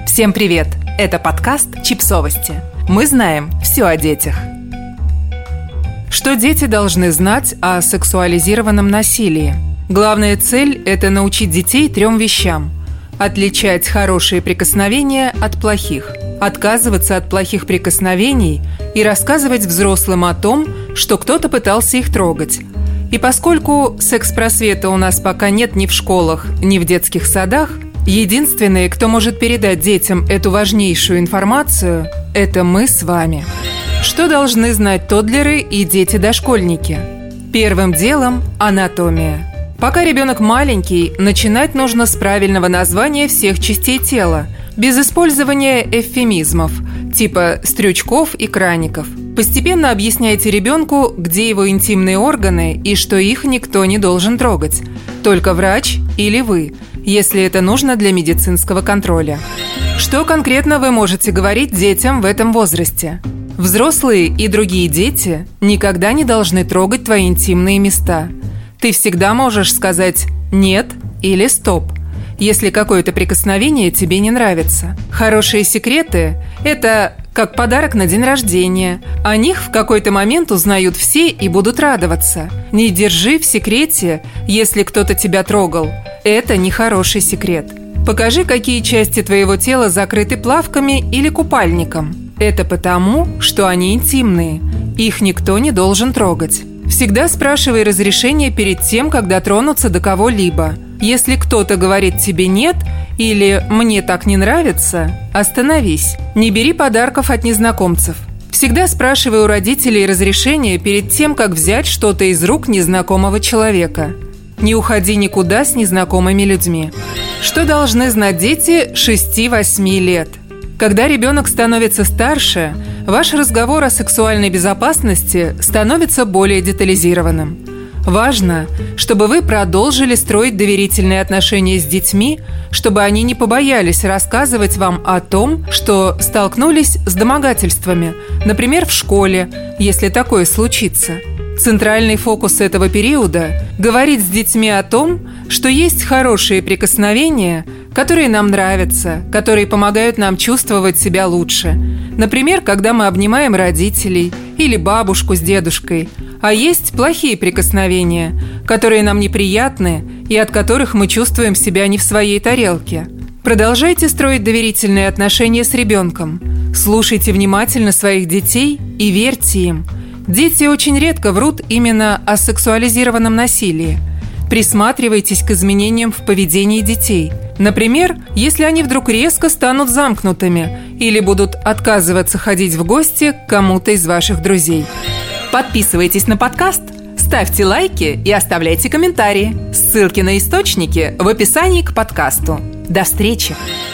Всем привет! Это подкаст «Чипсовости». Мы знаем все о детях. Что дети должны знать о сексуализированном насилии? Главная цель – это научить детей 3 вещам. Отличать хорошие прикосновения от плохих, отказываться от плохих прикосновений и рассказывать взрослым о том, что кто-то пытался их трогать. И поскольку секс-просвета у нас пока нет ни в школах, ни в детских садах, единственные, кто может передать детям эту важнейшую информацию, это мы с вами. Что должны знать тоддлеры и дети-дошкольники? Первым делом – анатомия. Пока ребенок маленький, начинать нужно с правильного названия всех частей тела, без использования эвфемизмов, типа стрючков и краников. Постепенно объясняйте ребенку, где его интимные органы и что их никто не должен трогать. Только врач или вы, если это нужно для медицинского контроля. Что конкретно вы можете говорить детям в этом возрасте? Взрослые и другие дети никогда не должны трогать твои интимные места. Ты всегда можешь сказать «нет» или «стоп», если какое-то прикосновение тебе не нравится. Хорошие секреты – это как подарок на день рождения. О них в какой-то момент узнают все и будут радоваться. Не держи в секрете, если кто-то тебя трогал. Это не хороший секрет. Покажи, какие части твоего тела закрыты плавками или купальником. Это потому, что они интимные. Их никто не должен трогать. Всегда спрашивай разрешение перед тем, когда тронуться до кого-либо. Если кто-то говорит тебе «нет» или «мне так не нравится», остановись. Не бери подарков от незнакомцев. Всегда спрашивай у родителей разрешение перед тем, как взять что-то из рук незнакомого человека. Не уходи никуда с незнакомыми людьми. Что должны знать дети 6-8 лет? Когда ребенок становится старше, ваш разговор о сексуальной безопасности становится более детализированным. Важно, чтобы вы продолжили строить доверительные отношения с детьми, чтобы они не побоялись рассказывать вам о том, что столкнулись с домогательствами, например, в школе, если такое случится. Центральный фокус этого периода – говорить с детьми о том, что есть хорошие прикосновения, которые нам нравятся, которые помогают нам чувствовать себя лучше. Например, когда мы обнимаем родителей или бабушку с дедушкой. А есть плохие прикосновения, которые нам неприятны и от которых мы чувствуем себя не в своей тарелке. Продолжайте строить доверительные отношения с ребенком. Слушайте внимательно своих детей и верьте им. Дети очень редко врут именно о сексуализированном насилии. Присматривайтесь к изменениям в поведении детей. Например, если они вдруг резко станут замкнутыми или будут отказываться ходить в гости к кому-то из ваших друзей. Подписывайтесь на подкаст, ставьте лайки и оставляйте комментарии. Ссылки на источники в описании к подкасту. До встречи!